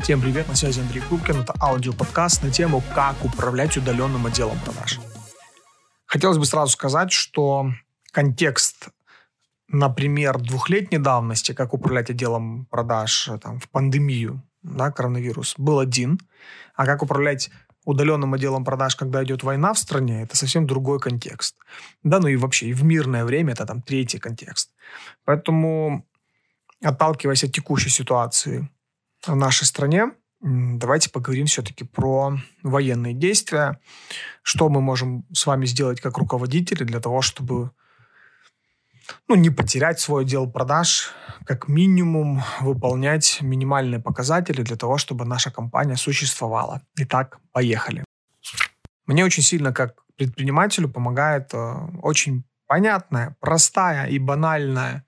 Всем привет, на связи Андрей Крупкин. Это аудиоподкаст на тему «Как управлять удаленным отделом продаж». Хотелось бы сразу сказать, что контекст, например, 2-летней давности, как управлять отделом продаж в пандемию, коронавирус, был один, а как управлять удаленным отделом продаж, когда идет война в стране, это совсем другой контекст. И вообще, и в мирное время это третий контекст. Поэтому, отталкиваясь от текущей ситуации в нашей стране, давайте поговорим все-таки про военные действия, что мы можем с вами сделать как руководители для того, чтобы не потерять свой отдел продаж, как минимум выполнять минимальные показатели для того, чтобы наша компания существовала. Итак, поехали. Мне очень сильно, как предпринимателю, помогает очень понятная, простая и банальная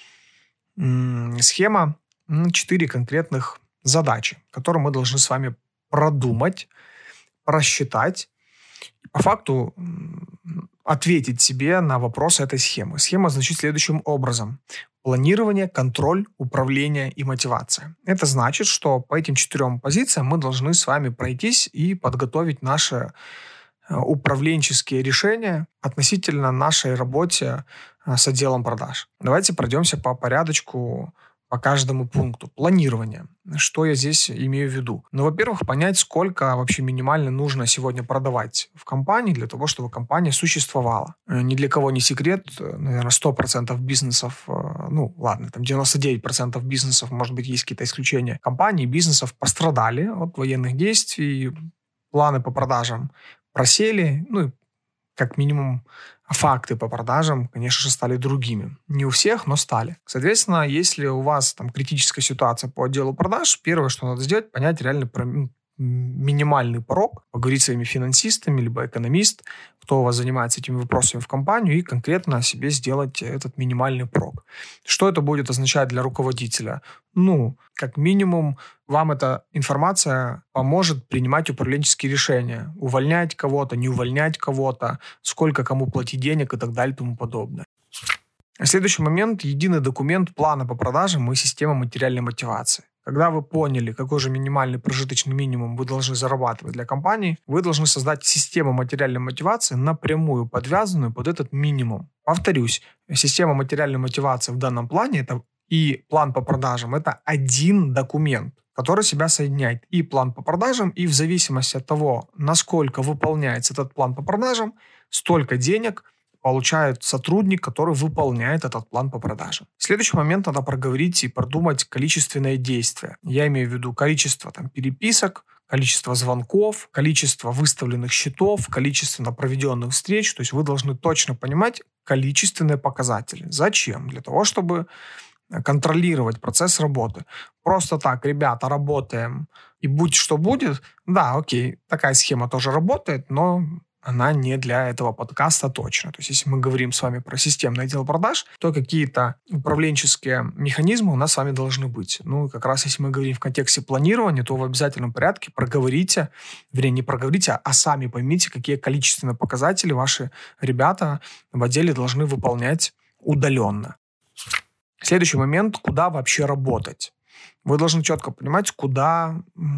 схема, 4 конкретных задачи, которые мы должны с вами продумать, просчитать, по факту ответить себе на вопросы этой схемы. Схема звучит следующим образом. Планирование, контроль, управление и мотивация. Это значит, что по этим 4 позициям мы должны с вами пройтись и подготовить наши управленческие решения относительно нашей работе с отделом продаж. Давайте пройдемся по порядочку по каждому пункту. Планирование. Что я здесь имею в виду? Во-первых, понять, сколько вообще минимально нужно сегодня продавать в компании для того, чтобы компания существовала. Ни для кого не секрет, наверное, 100% бизнесов, 99% бизнесов, может быть, есть какие-то исключения, компаний, бизнесов пострадали от военных действий, планы по продажам просели, как минимум факты по продажам, конечно же, стали другими. Не у всех, но стали. Соответственно, если у вас критическая ситуация по отделу продаж, первое, что надо сделать, понять реально минимальный порог, поговорить с своими финансистами, либо экономист, кто у вас занимается этими вопросами в компанию, и конкретно себе сделать этот минимальный порог. Что это будет означать для руководителя? Как минимум, вам эта информация поможет принимать управленческие решения. Увольнять кого-то, не увольнять кого-то, сколько кому платить денег и так далее и тому подобное. Следующий момент – единый документ плана по продажам и система материальной мотивации. Когда вы поняли, какой же минимальный прожиточный минимум вы должны зарабатывать для компании, вы должны создать систему материальной мотивации, напрямую подвязанную под этот минимум. Повторюсь, система материальной мотивации в данном плане и план по продажам – это один документ, который себя соединяет и план по продажам, и в зависимости от того, насколько выполняется этот план по продажам, столько денег получает сотрудник, который выполняет этот план по продажам. Следующий момент надо проговорить и продумать количественное действие. Я имею в виду количество переписок, количество звонков, количество выставленных счетов, количество проведенных встреч. То есть вы должны точно понимать количественные показатели. Зачем? Для того, чтобы контролировать процесс работы. Просто так, ребята, работаем, и будь что будет, окей, такая схема тоже работает, но она не для этого подкаста точно. То есть, если мы говорим с вами про системный отдел продаж, то какие-то управленческие механизмы у нас с вами должны быть. Как раз если мы говорим в контексте планирования, то в обязательном порядке проговорите, не проговорите, а сами поймите, какие количественные показатели ваши ребята в отделе должны выполнять удаленно. Следующий момент, куда вообще работать. Вы должны четко понимать, куда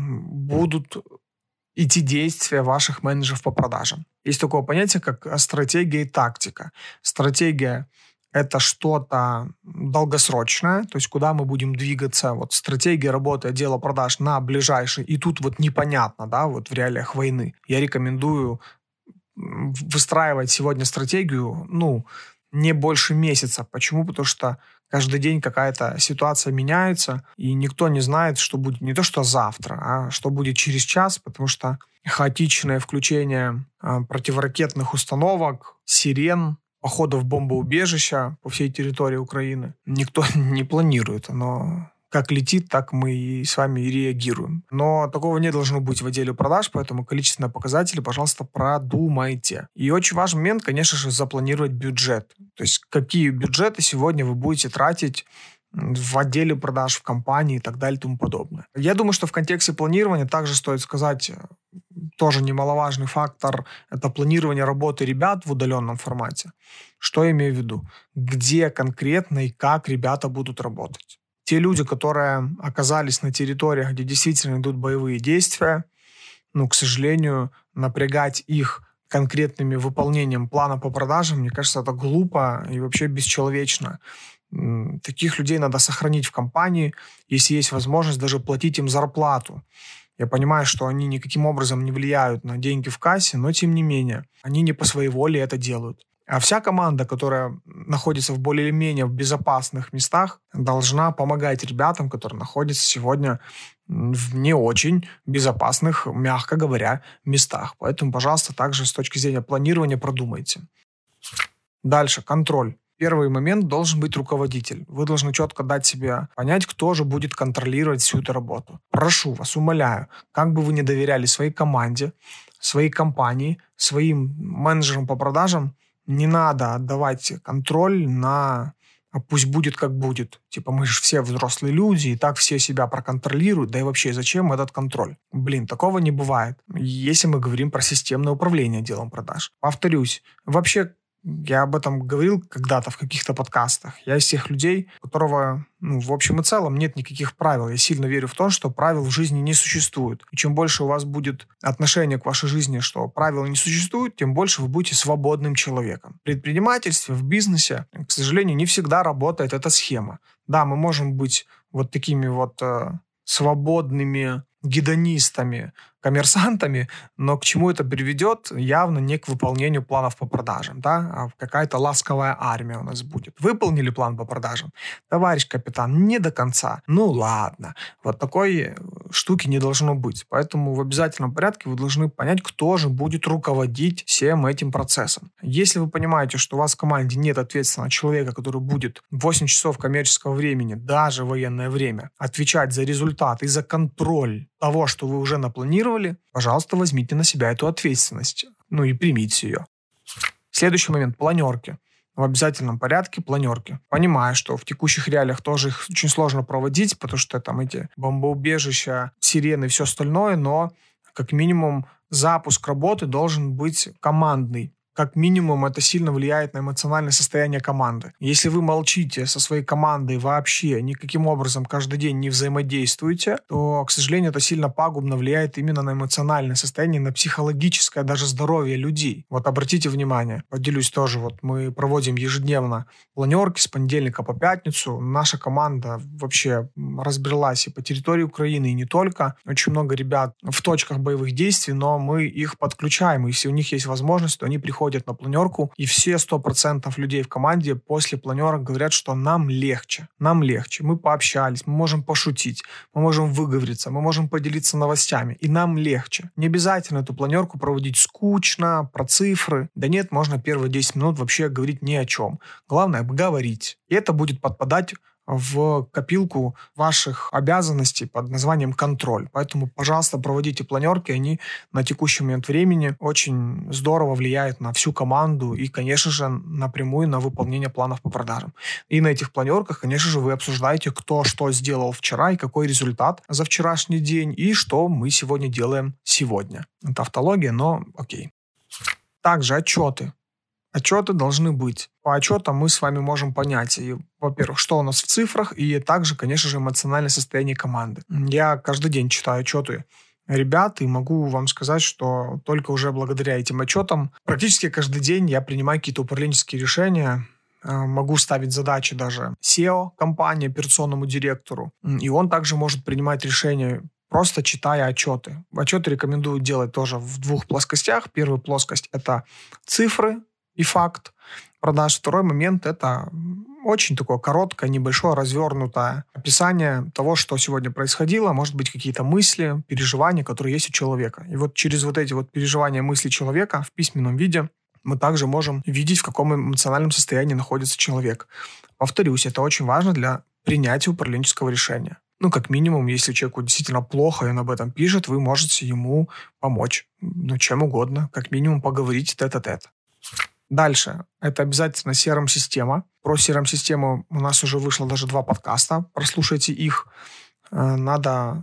будут идти действия ваших менеджеров по продажам. Есть такое понятие, как стратегия и тактика. Стратегия – это что-то долгосрочное, то есть куда мы будем двигаться. Стратегия работы отдела продаж на ближайший, и тут непонятно, в реалиях войны. Я рекомендую выстраивать сегодня стратегию, не больше месяца. Почему? Потому что каждый день какая-то ситуация меняется, и никто не знает, что будет не то что завтра, а что будет через час, потому что хаотичное включение противоракетных установок, сирен, походов в бомбоубежища по всей территории Украины никто не планирует. Но как летит, так мы и с вами и реагируем. Но такого не должно быть в отделе продаж, поэтому количественные показатели, пожалуйста, продумайте. И очень важный момент, конечно же, запланировать бюджет. То есть какие бюджеты сегодня вы будете тратить в отделе продаж, в компании и так далее и тому подобное. Я думаю, что в контексте планирования также стоит сказать тоже немаловажный фактор – это планирование работы ребят в удаленном формате. Что я имею в виду? Где конкретно и как ребята будут работать. Те люди, которые оказались на территориях, где действительно идут боевые действия, к сожалению, напрягать их конкретными выполнением плана по продажам, мне кажется, это глупо и вообще бесчеловечно. Таких людей надо сохранить в компании, если есть возможность даже платить им зарплату. Я понимаю, что они никаким образом не влияют на деньги в кассе, но тем не менее, они не по своей воле это делают. А вся команда, которая находится в более-менее в безопасных местах, должна помогать ребятам, которые находятся сегодня в не очень безопасных, мягко говоря, местах. Поэтому, пожалуйста, также с точки зрения планирования продумайте. Дальше, контроль. Первый момент должен быть руководитель. Вы должны четко дать себе понять, кто же будет контролировать всю эту работу. Прошу вас, умоляю, как бы вы ни доверяли своей команде, своей компании, своим менеджерам по продажам, не надо отдавать контроль на «а пусть будет, как будет». Типа мы же все взрослые люди, и так все себя проконтролируют. Да и вообще, зачем этот контроль? Такого не бывает, если мы говорим про системное управление делом продаж. Повторюсь, вообще я об этом говорил когда-то в каких-то подкастах. Я из тех людей, у которого, в общем и целом, нет никаких правил. Я сильно верю в то, что правил в жизни не существует. И чем больше у вас будет отношение к вашей жизни, что правил не существует, тем больше вы будете свободным человеком. В предпринимательстве, в бизнесе, к сожалению, не всегда работает эта схема. Да, мы можем быть вот такими вот свободными гедонистами, коммерсантами, но к чему это приведет? Явно не к выполнению планов по продажам, да? А какая-то ласковая армия у нас будет. Выполнили план по продажам? Товарищ капитан, не до конца. Ладно. Вот такой штуки не должно быть. Поэтому в обязательном порядке вы должны понять, кто же будет руководить всем этим процессом. Если вы понимаете, что у вас в команде нет ответственного человека, который будет 8 часов коммерческого времени, даже в военное время, отвечать за результат и за контроль того, что вы уже напланировали, пожалуйста, возьмите на себя эту ответственность. И примите ее. Следующий момент – планерки. В обязательном порядке планерки. Понимаю, что в текущих реалиях тоже их очень сложно проводить, потому что там эти бомбоубежища, сирены и все остальное, но как минимум запуск работы должен быть командный. Как минимум это сильно влияет на эмоциональное состояние команды. Если вы молчите со своей командой вообще, никаким образом каждый день не взаимодействуете, то, к сожалению, это сильно пагубно влияет именно на эмоциональное состояние, на психологическое даже здоровье людей. Вот обратите внимание, поделюсь тоже, мы проводим ежедневно планерки с понедельника по пятницу. Наша команда вообще разбрелась и по территории Украины, и не только. Очень много ребят в точках боевых действий, но мы их подключаем. Если у них есть возможность, то они приходят на планерку, и все 100% людей в команде после планерок говорят, что нам легче. Мы пообщались, мы можем пошутить, мы можем выговориться, мы можем поделиться новостями, и нам легче. Не обязательно эту планерку проводить скучно, про цифры. Да нет, можно первые 10 минут вообще говорить ни о чем. Главное — говорить. И это будет подпадать в копилку ваших обязанностей под названием контроль. Поэтому, пожалуйста, проводите планерки, они на текущий момент времени очень здорово влияют на всю команду и, конечно же, напрямую на выполнение планов по продажам. И на этих планерках, конечно же, вы обсуждаете, кто что сделал вчера и какой результат за вчерашний день, и что мы сегодня делаем сегодня. Это тавтология, но окей. Также отчеты. Отчеты должны быть. По отчетам мы с вами можем понять, во-первых, что у нас в цифрах, и также, конечно же, эмоциональное состояние команды. Я каждый день читаю отчеты ребят, и могу вам сказать, что только уже благодаря этим отчетам практически каждый день я принимаю какие-то управленческие решения, могу ставить задачи даже SEO компании, операционному директору, и он также может принимать решения, просто читая отчеты. Отчеты рекомендую делать тоже в двух плоскостях. Первая плоскость – это цифры и факт продаж. Второй момент – это очень такое короткое, небольшое, развернутое описание того, что сегодня происходило, может быть, какие-то мысли, переживания, которые есть у человека. И вот через вот эти вот переживания, мысли человека в письменном виде мы также можем видеть, в каком эмоциональном состоянии находится человек. Повторюсь, это очень важно для принятия управленческого решения. Как минимум, если человеку действительно плохо, и он об этом пишет, вы можете ему помочь. Чем угодно. Как минимум поговорить тет-а-тет. Дальше. Это обязательно CRM-система. Про CRM-систему у нас уже вышло даже 2 подкаста. Прослушайте их. Надо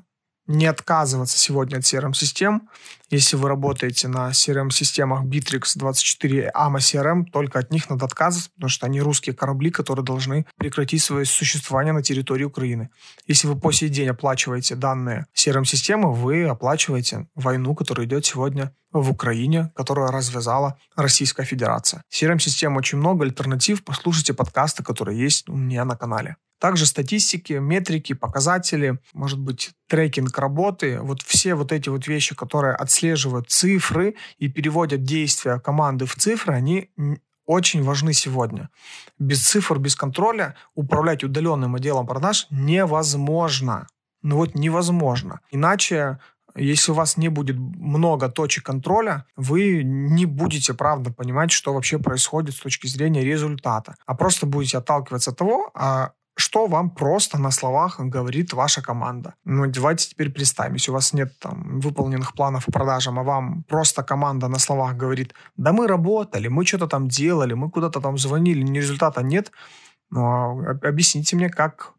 не отказываться сегодня от CRM-систем. Если вы работаете на CRM-системах Bittrex 24, AMA CRM, только от них надо отказываться, потому что они русские корабли, которые должны прекратить свое существование на территории Украины. Если вы по сей день оплачиваете данные CRM-системы, вы оплачиваете войну, которая идет сегодня в Украине, которую развязала Российская Федерация. CRM-систем очень много, альтернатив. Послушайте подкасты, которые есть у меня на канале. Также статистики, метрики, показатели, может быть, трекинг работы. Вот все вот эти вот вещи, которые отслеживают цифры и переводят действия команды в цифры, они очень важны сегодня. Без цифр, без контроля управлять удаленным отделом продаж невозможно. Ну вот невозможно. Иначе, если у вас не будет много точек контроля, вы не будете, правда, понимать, что вообще происходит с точки зрения результата. А просто будете отталкиваться от того, что вам просто на словах говорит ваша команда. Ну, давайте теперь представим, если у вас нет там выполненных планов по продажам, а вам просто команда на словах говорит: да мы работали, мы что-то там делали, мы куда-то там звонили, ни результата нет. Ну, объясните мне, как,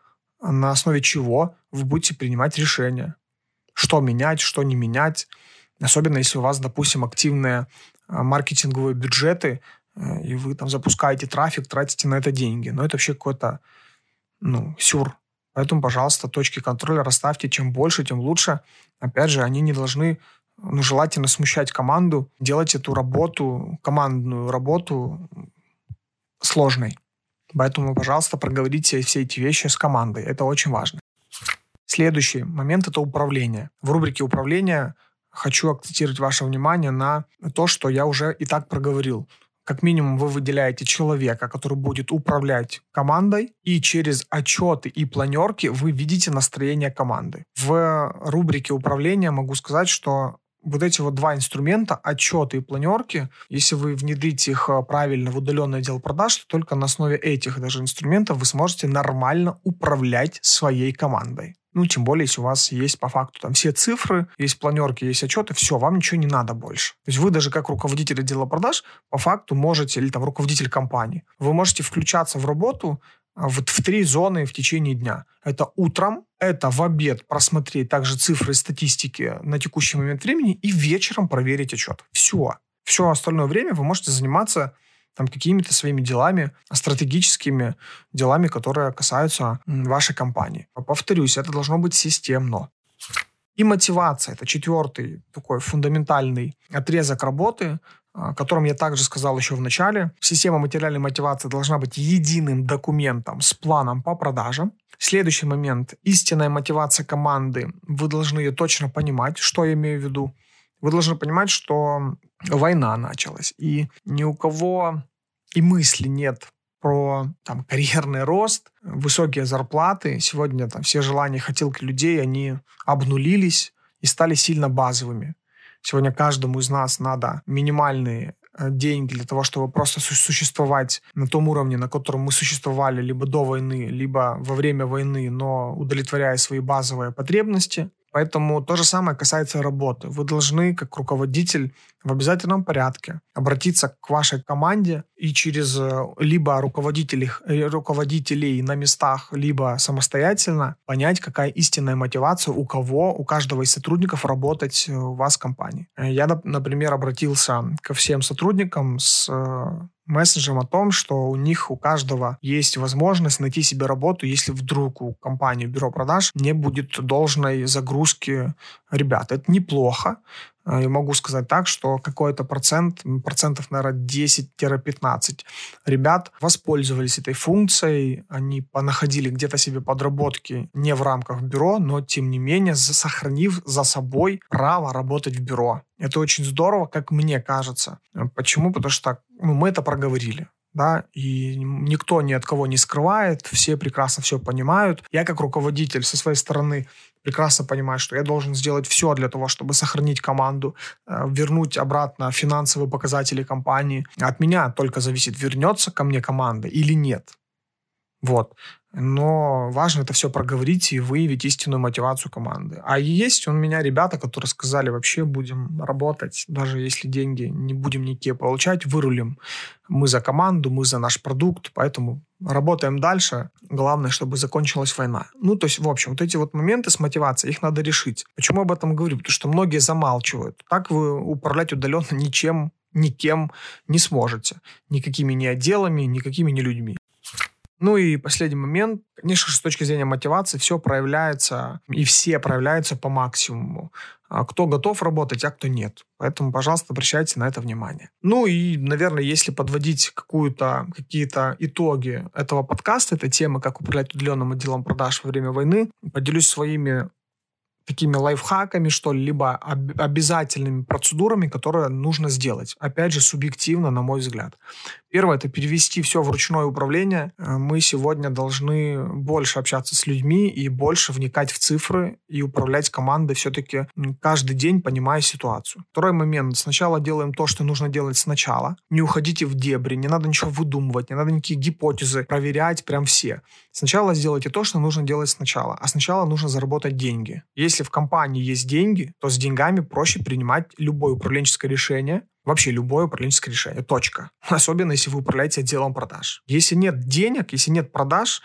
на основе чего вы будете принимать решения. Что менять, что не менять. Особенно, если у вас, допустим, активные маркетинговые бюджеты, и вы там запускаете трафик, тратите на это деньги. Но это вообще какой-то сюр. Поэтому, пожалуйста, точки контроля расставьте. Чем больше, тем лучше. Опять же, они не должны, желательно смущать команду. Делать эту работу, командную работу сложной. Поэтому, пожалуйста, проговорите все эти вещи с командой. Это очень важно. Следующий момент – это управление. В рубрике «Управление» хочу акцентировать ваше внимание на то, что я уже и так проговорил. Как минимум вы выделяете человека, который будет управлять командой, и через отчеты и планерки вы видите настроение команды. В рубрике управления могу сказать, что вот эти вот два инструмента, отчеты и планерки, если вы внедрите их правильно в удаленный отдел продаж, то только на основе этих даже инструментов вы сможете нормально управлять своей командой. Тем более, если у вас есть по факту там все цифры, есть планерки, есть отчеты, все, вам ничего не надо больше. То есть вы даже как руководитель отдела продаж по факту можете, или там руководитель компании, вы можете включаться в работу в 3 зоны в течение дня. Это утром, это в обед просмотреть также цифры и статистики на текущий момент времени и вечером проверить отчет. Все. Все остальное время вы можете заниматься там какими-то своими делами, стратегическими делами, которые касаются вашей компании. Повторюсь, это должно быть системно. И мотивация – это 4-й такой фундаментальный отрезок работы, о котором я также сказал еще в начале. Система материальной мотивации должна быть единым документом с планом по продажам. Следующий момент – истинная мотивация команды. Вы должны ее точно понимать, что я имею в виду. Вы должны понимать, что война началась, и ни у кого и мысли нет про карьерный рост, высокие зарплаты. Сегодня все желания, хотелки людей, они обнулились и стали сильно базовыми. Сегодня каждому из нас надо минимальные деньги для того, чтобы просто существовать на том уровне, на котором мы существовали либо до войны, либо во время войны, но удовлетворяя свои базовые потребности. Поэтому то же самое касается работы. Вы должны, как руководитель, в обязательном порядке обратиться к вашей команде и через либо руководителей на местах, либо самостоятельно понять, какая истинная мотивация у каждого из сотрудников работать у вас в компании. Я, например, обратился ко всем сотрудникам с месседжем о том, что у каждого есть возможность найти себе работу, если вдруг у компании бюро продаж не будет должной загрузки ребят. Это неплохо. Я могу сказать так, что какой-то процентов, наверное, 10-15 ребят воспользовались этой функцией, они понаходили где-то себе подработки не в рамках бюро, но, тем не менее, сохранив за собой право работать в бюро. Это очень здорово, как мне кажется. Почему? Потому что мы это проговорили. Да, и никто ни от кого не скрывает, все прекрасно все понимают. Я как руководитель со своей стороны прекрасно понимаю, что я должен сделать все для того, чтобы сохранить команду, вернуть обратно финансовые показатели компании. От меня только зависит, вернется ко мне команда или нет. Вот. Но важно это все проговорить и выявить истинную мотивацию команды. А есть у меня ребята, которые сказали, вообще будем работать, даже если деньги не будем никакие получать, вырулим. Мы за команду, мы за наш продукт, поэтому работаем дальше. главное, чтобы закончилась война. Ну, то есть, в общем, вот эти вот моменты с мотивацией, их надо решить. Почему об этом говорю? Потому что многие замалчивают. Так вы управлять удаленно никем не сможете. Никакими ни отделами, никакими ни людьми. Ну и последний момент. Конечно же, с точки зрения мотивации все проявляется, и все проявляются по максимуму. Кто готов работать, а кто нет. Поэтому, пожалуйста, обращайте на это внимание. Ну и, наверное, если подводить какие-то итоги этого подкаста, этой темы, как управлять удаленным отделом продаж во время войны, поделюсь своими такими лайфхаками, что ли, либо обязательными процедурами, которые нужно сделать. Опять же, субъективно, на мой взгляд. Первое – это перевести все в ручное управление. Мы сегодня должны больше общаться с людьми и больше вникать в цифры и управлять командой все-таки каждый день, понимая ситуацию. Второй момент. Сначала делаем то, что нужно делать сначала. Не уходите в дебри, не надо ничего выдумывать, не надо никакие гипотезы проверять прям все. Сначала сделайте то, что нужно делать сначала. А сначала нужно заработать деньги. Если в компании есть деньги, то с деньгами проще принимать любое управленческое решение. Вообще любое управленческое решение. Точка. Особенно, если вы управляете отделом продаж. Если нет денег, если нет продаж,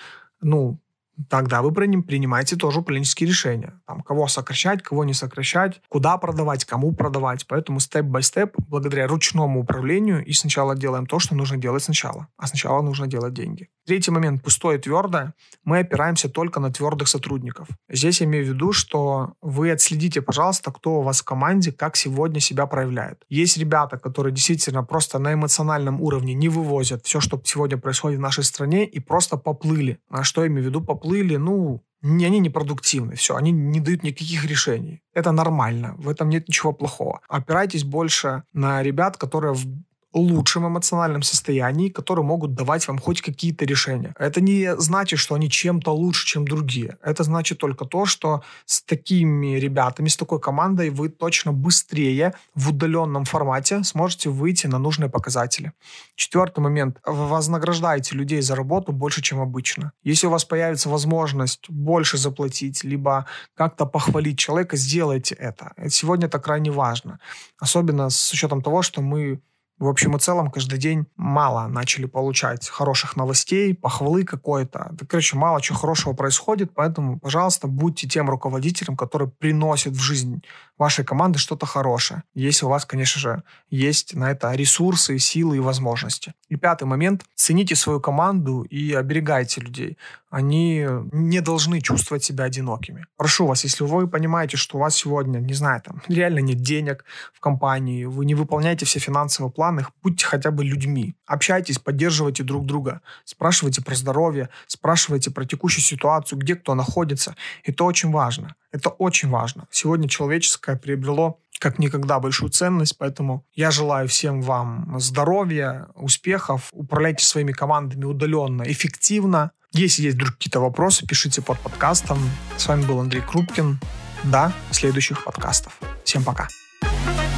тогда вы принимаете тоже управленческие решения. Там, кого сокращать, кого не сокращать, куда продавать, кому продавать. Поэтому степ-бай-степ, благодаря ручному управлению, и сначала делаем то, что нужно делать сначала. А сначала нужно делать деньги. Третий момент. Пустое и твердое. Мы опираемся только на твердых сотрудников. Здесь я имею в виду, что вы отследите, пожалуйста, кто у вас в команде, как сегодня себя проявляет. Есть ребята, которые действительно просто на эмоциональном уровне не вывозят все, что сегодня происходит в нашей стране, и просто поплыли. А что я имею в виду? Поплыли, они непродуктивны, все, они не дают никаких решений. Это нормально, в этом нет ничего плохого. Опирайтесь больше на ребят, которые в лучшем эмоциональном состоянии, которые могут давать вам хоть какие-то решения. Это не значит, что они чем-то лучше, чем другие. Это значит только то, что с такими ребятами, с такой командой вы точно быстрее в удаленном формате сможете выйти на нужные показатели. Четвертый момент. Вознаграждайте людей за работу больше, чем обычно. Если у вас появится возможность больше заплатить, либо как-то похвалить человека, сделайте это. Сегодня это крайне важно. Особенно с учетом того, что мы в общем и целом каждый день мало начали получать хороших новостей, похвалы какой-то. Мало чего хорошего происходит, поэтому, пожалуйста, будьте тем руководителем, который приносит в жизнь вашей команды что-то хорошее. Если у вас, конечно же, есть на это ресурсы, силы и возможности. И пятый момент. Цените свою команду и оберегайте людей. Они не должны чувствовать себя одинокими. Прошу вас, если вы понимаете, что у вас сегодня, реально нет денег в компании, вы не выполняете все финансовые планы, будьте хотя бы людьми. Общайтесь, поддерживайте друг друга, спрашивайте про здоровье, спрашивайте про текущую ситуацию, где кто находится. Это очень важно. Это очень важно. Сегодня человеческое приобрело как никогда большую ценность, поэтому я желаю всем вам здоровья, успехов, управляйте своими командами удаленно, эффективно. Если есть вдруг какие-то вопросы, пишите под подкастом. С вами был Андрей Крупкин. До следующих подкастов. Всем пока.